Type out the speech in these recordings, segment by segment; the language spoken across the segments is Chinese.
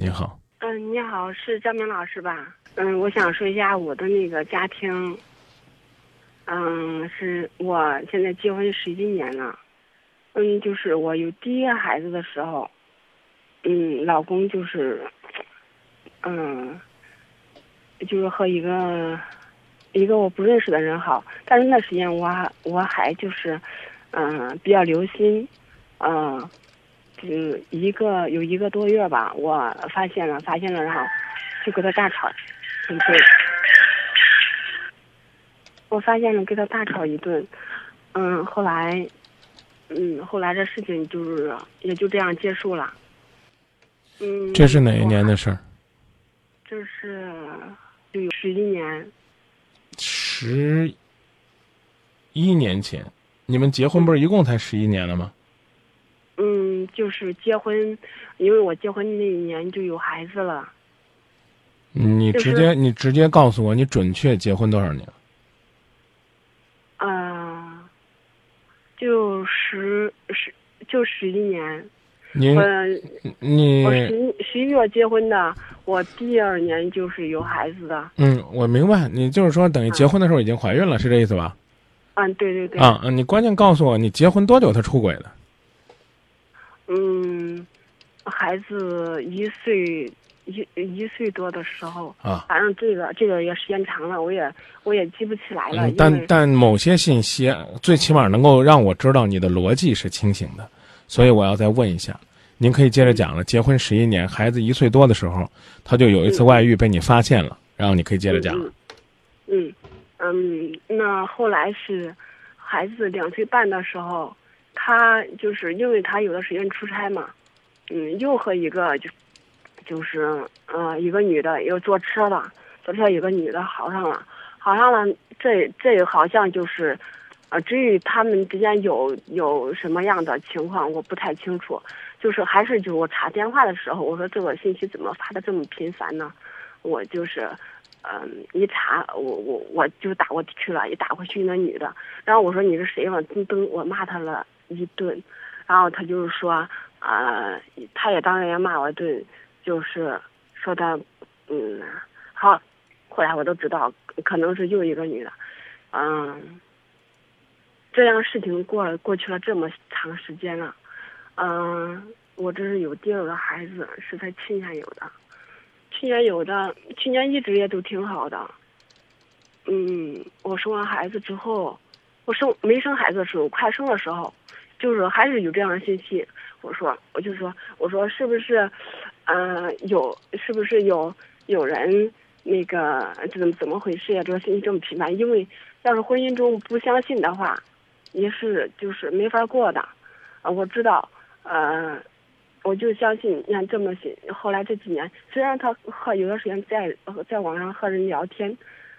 你好。 你好，是张明老师吧？我想说一下我的那个家庭。是我现在结婚11年了。就是我有第一个孩子的时候，老公就是，就是和一个我不认识的人好，但是那时间我还就是，比较留心，就有一个多月吧，我发现了，然后就跟他大吵一顿。我发现了，跟他大吵一顿。后来这事情就是也就这样结束了。 这是哪一年的事儿？ 这是就有11年。 11年前，你们结婚不是一共才11年了吗？ 就是结婚，因为我结婚那一年就有孩子了。 你直接告诉我，你准确结婚多少年？ 就11年。 你我11月结婚的，我第2年就是有孩子的。 我明白，你就是说等于结婚的时候已经怀孕了，是这意思吧？ 对对对。 你关键告诉我，你结婚多久他出轨的？ 孩子1岁1岁多的时候。反正这个也时间长了，我也记不起来了。 但某些信息最起码能够让我知道你的逻辑是清醒的，所以我要再问一下，您可以接着讲了。结婚11年，孩子1岁多的时候，他就有一次外遇被你发现了，然后你可以接着讲了。 那后来是孩子2岁半的时候，他就是因为他有的时间出差嘛，又和一个就是一个女的又坐车一个女的好上了，这好像就是至于他们之间有什么样的情况我不太清楚，就是还是就我查电话的时候，我说这个信息怎么发的这么频繁呢？我就是一查我就打过去了，一打过去那女的，然后我说你是谁嘛？我骂他了一顿，然后他就是说他也当然也骂我一顿，就是说他好，后来我都知道可能是又一个女的。这样事情过去了这么长时间了。我这是有第2个孩子，是在去年有的。去年一直也都挺好的。我生完孩子之后，没生孩子的时候，快生的时候，就是还是有这样的信息。我就说是不是是不是有人那个怎么回事呀？这个信息这么频繁，因为要是婚姻中不相信的话，也是就是没法过的。我知道，我就相信，你看这么些，后来这几年，虽然他有段时间在网上和人聊天，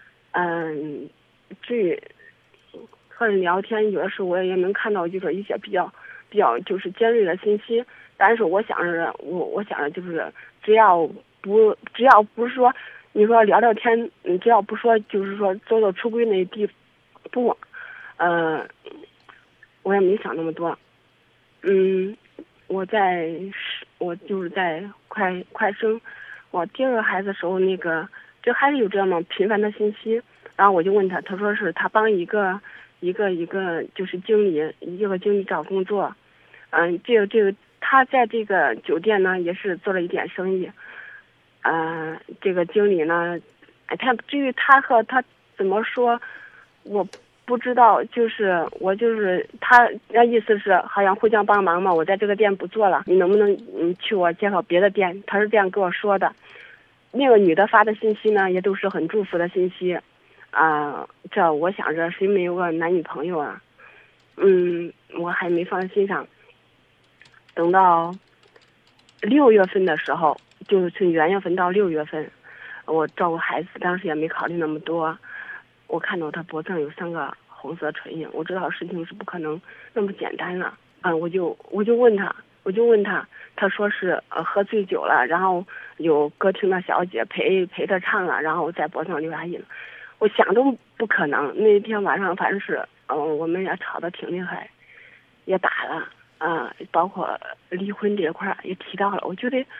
至于和人聊天，有的时候我也能看到就是一些比较就是尖锐的信息，但是我想着就是只要不是说你说聊天，只要不说就是说走到出轨那地步，我也没想那么多。我就是在快生我第2个孩子的时候，这还是有这么频繁的信息，然后我就问他，他说是他帮一个就是一个经理找工作。这个他在这个酒店呢也是做了一点生意。这个经理呢，他至于他和他怎么说，我不知道，我他那意思是好像互相帮忙嘛，我在这个店不做了，你能不能去我介绍别的店？他是这样跟我说的。那个女的发的信息呢，也都是很祝福的信息。这我想着谁没有个男女朋友啊？我还没放心上。等到6月份的时候，就是从元月份到6月份，我照顾孩子，当时也没考虑那么多。我看到他脖子上有3个红色唇印，我知道事情是不可能那么简单了。我就问他，他说是喝醉酒了，然后有歌厅的小姐陪他唱了，然后在脖子上留下印了。我想都不可能。那天晚上反正是我们也吵得挺厉害，也打了包括离婚这块也提到了。我觉得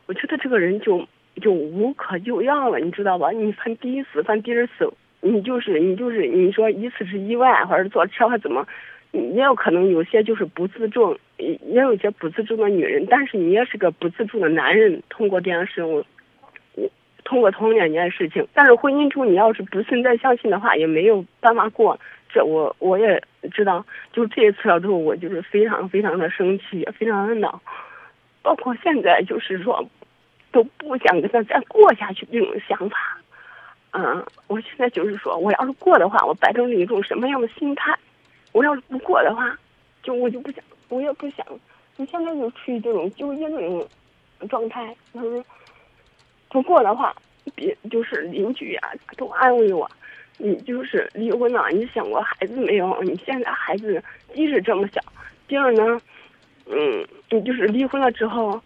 我觉得这个人就无可救药了，你知道吧？你犯第一次、犯第二次，你你说一次是意外，或者坐车或怎么，也有可能有些就是不自重，也有一些不自重的女人，但是你也是个不自重的男人。通过这样事物，通过同两件事情，但是婚姻中你要是不存在相信的话，也没有办法过。这我也知道，就这一次了之后，我就是非常非常的生气，非常的恼，包括现在就是说都不想跟他再过下去这种想法。我现在就是说，我要是过的话，我摆成一种什么样的心态？我要是不过的话，我就不想，我也不想。你现在就处于这种纠结这种状态。不过的话，就是邻居啊都安慰我，你就是离婚了，你想过孩子没有？你现在孩子即使这么小，第二呢，你就是离婚了之后，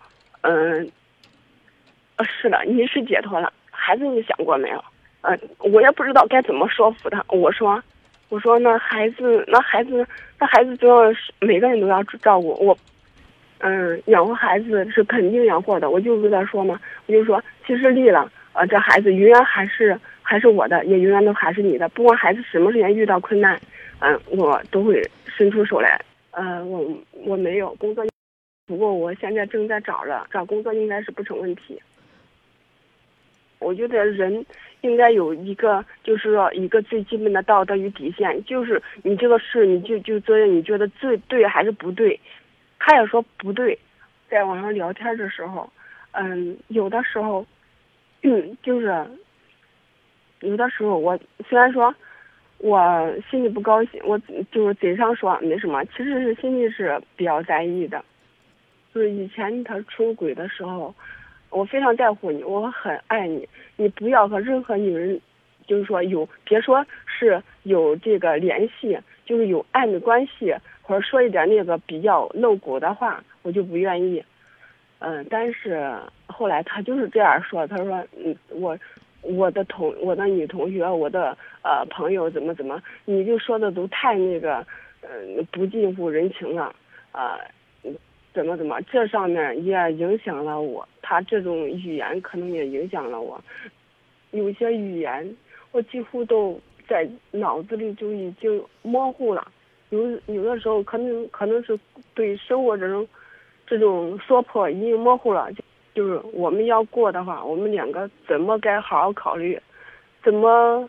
是的，你是解脱了，孩子你想过没有？我也不知道该怎么说服他。我说那孩子主要是每个人都要照顾我。养活孩子是肯定养活的，我就跟他说嘛，我就说其实离了，这孩子永远还是我的，也永远都还是你的。不管孩子什么时间遇到困难，我都会伸出手来。我没有工作，不过我现在正在找工作，应该是不成问题。我觉得人应该有一个，就是说一个最基本的道德与底线，就是你这个事你就责任，你觉得对还是不对？他也说不对。在网上聊天的时候，有的时候，就是有的时候我虽然说我心里不高兴，我就是嘴上说没什么，其实是心里是比较在意的。就是以前他出轨的时候，我非常在乎你，我很爱你，你不要和任何女人，就是说别说是有这个联系，就是有暧昧关系，或者说一点那个比较露骨的话，我就不愿意。但是后来他就是这样说，他说，我的女同学，我的朋友怎么，你就说的都太那个，不近乎人情了，怎么，这上面也影响了我，他这种语言可能也影响了我，有些语言我几乎都在脑子里就已经模糊了，有的时候可能是对生活这种说破已经模糊了，就是我们要过的话，我们两个怎么该好好考虑，怎么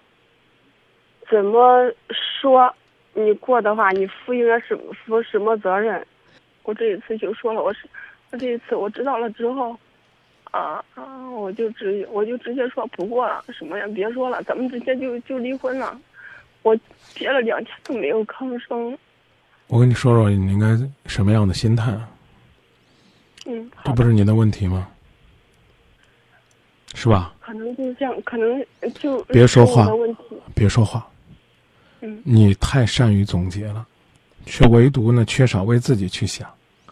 说，你过的话，你负什么责任？我这一次就说了，我这一次我知道了之后，我就直接说不过了，什么也别说了，咱们直接就离婚了。我憋了2天都没有吭声。 我跟你说说你应该什么样的心态啊？这不是你的问题吗？是吧？ 可能就是这样，可能就别说话，别说话。你太善于总结了，却唯独呢缺少为自己去想。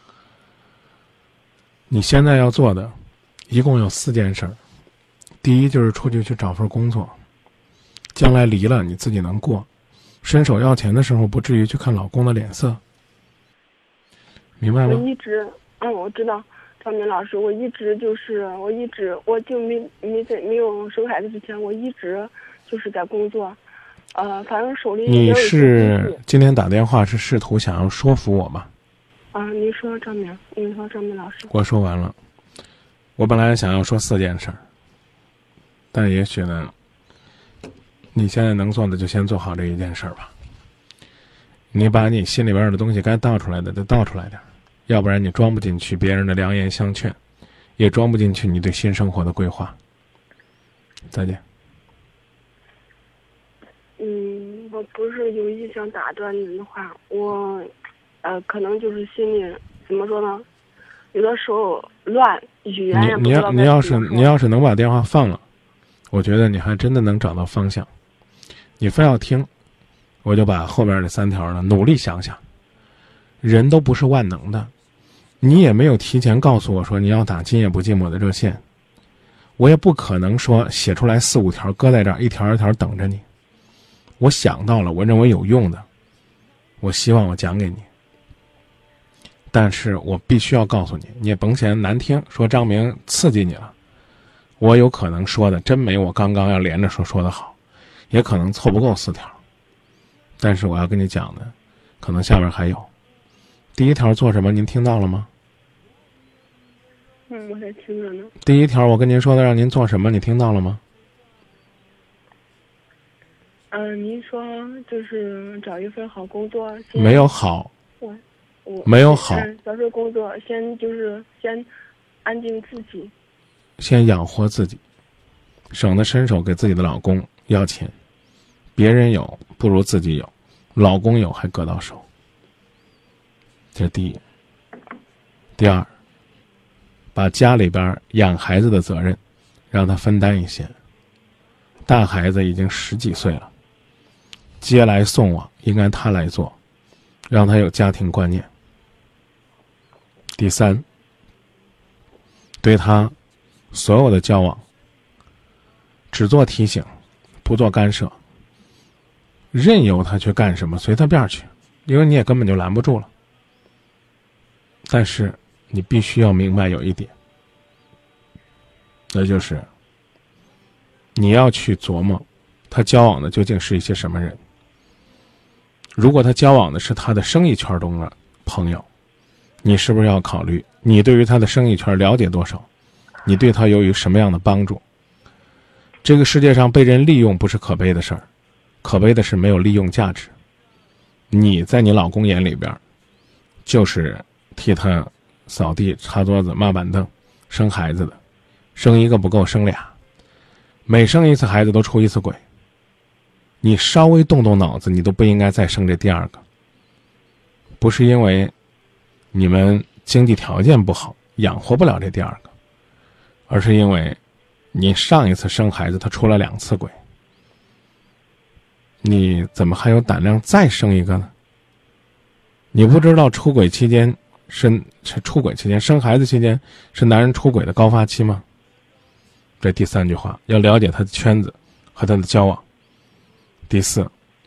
你现在要做的一共有4件事。第一就是出去找份工作，将来离了你自己能过，伸手要钱的时候不至于去看老公的脸色，明白吗？ 我知道，张明老师，我就没有生孩子之前，我一直就是在工作，反正手里你是今天打电话是试图想要说服我吗？ 您说张明老师。 我说完了，我本来想要说4件事，但也许呢，你现在能做的就先做好这1件事吧。你把你心里边的东西该倒出来的就倒出来点，要不然你装不进去别人的良言相劝，也装不进去你对新生活的规划。再见。 我不是有意想打断您的话，我可能就是心里怎么说呢，有的时候乱，语言也不知道。你要是能把电话放了，我觉得你还真的能找到方向。你非要听，我就把后边这3条呢努力想想。人都不是万能的，你也没有提前告诉我说你要打今夜不寂寞的热线，我也不可能说写出来4、5条搁在这儿一条一条等着你。我想到了我认为有用的，我希望我讲给你。 但是我必须要告诉你，你也甭嫌难听，说张明刺激你了。我有可能说的真没我刚刚要连着说的好，也可能凑不够4条。但是我要跟你讲的，可能下边还有。第1条做什么？您听到了吗？ 我在听着呢。 第1条我跟您说的让您做什么，你听到了吗？ 您说就是找一份好工作。 没有好。 我没有好。 找份工作，先安静自己。 先养活自己，省得伸手给自己的老公要钱。别人有不如自己有，老公有还割到手。这是第一。第二，把家里边养孩子的责任让他分担一些。大孩子已经10几岁了，接来送往应该他来做，让他有家庭观念。第三，对他所有的交往只做提醒，不做干涉，任由他去干什么，随他便去，因为你也根本就拦不住了。但是你必须要明白有一点，那就是你要去琢磨他交往的究竟是一些什么人。如果他交往的是他的生意圈中的朋友，你是不是要考虑你对于他的生意圈了解多少，你对他有什么样的帮助。这个世界上被人利用不是可悲的事儿，可悲的是没有利用价值。你在你老公眼里边就是替他扫地、擦桌子、抹板凳、生孩子的，生一个不够生俩，每生一次孩子都出一次轨。你稍微动动脑子，你都不应该再生这第2个。不是因为你们经济条件不好，养活不了这第2个，而是因为你上一次生孩子他出了2次轨，你怎么还有胆量再生一个呢？你不知道出轨期间生孩子期间是男人出轨的高发期吗？这第3句话，要了解他的圈子和他的交往。第4，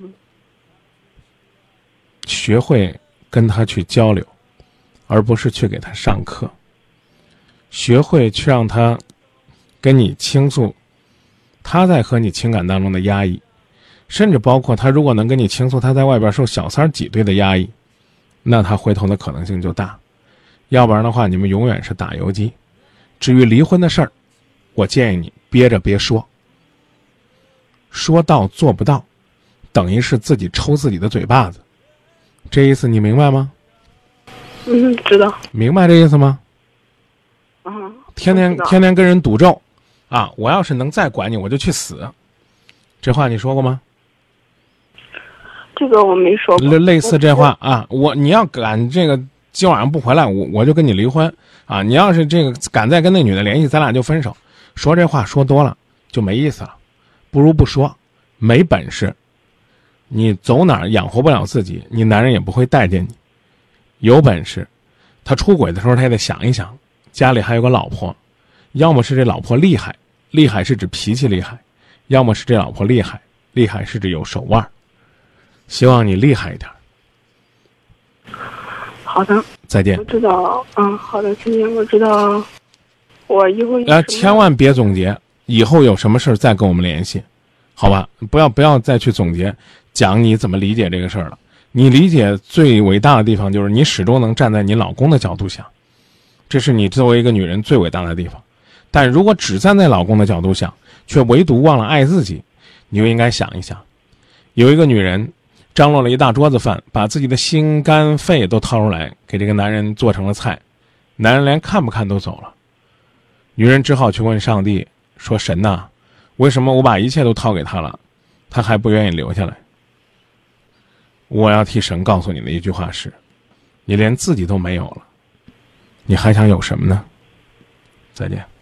学会跟他去交流，而不是去给他上课。学会去让他跟你倾诉他在和你情感当中的压抑，甚至包括他如果能跟你倾诉他在外边受小三挤兑的压抑，那他回头的可能性就大。要不然的话，你们永远是打游击。至于离婚的事儿，我建议你憋着别说，说到做不到，等于是自己抽自己的嘴巴子。这意思你明白吗？ 知道。 明白这意思吗？天天天跟人赌咒啊！我要是能再管你，我就去死。这话你说过吗？ 这个我没说过。 类似这话啊，你要敢这个今晚上不回来，我就跟你离婚啊！你要是这个敢再跟那女的联系，咱俩就分手。说这话说多了就没意思了，不如不说。没本事，你走哪儿养活不了自己，你男人也不会待见你。有本事，他出轨的时候他也得想一想，家里还有个老婆，要么是这老婆厉害，厉害是指脾气厉害，要么是这老婆厉害，厉害是指有手腕。希望你厉害一点。 好的， 再见。 我知道，好的，今天我知道，我以后千万别总结，以后有什么事再跟我们联系，好吧？不要再去总结，讲你怎么理解这个事儿了。你理解最伟大的地方就是你始终能站在你老公的角度想，这是你作为一个女人最伟大的地方。但如果只站在老公的角度想，却唯独忘了爱自己，你就应该想一想，有一个女人张罗了一大桌子饭，把自己的心肝肺都掏出来给这个男人做成了菜，男人连看不看都走了。女人只好去问上帝说，神呐，为什么我把一切都掏给他了，他还不愿意留下来？我要替神告诉你的一句话是，你连自己都没有了，你还想有什么呢？再见。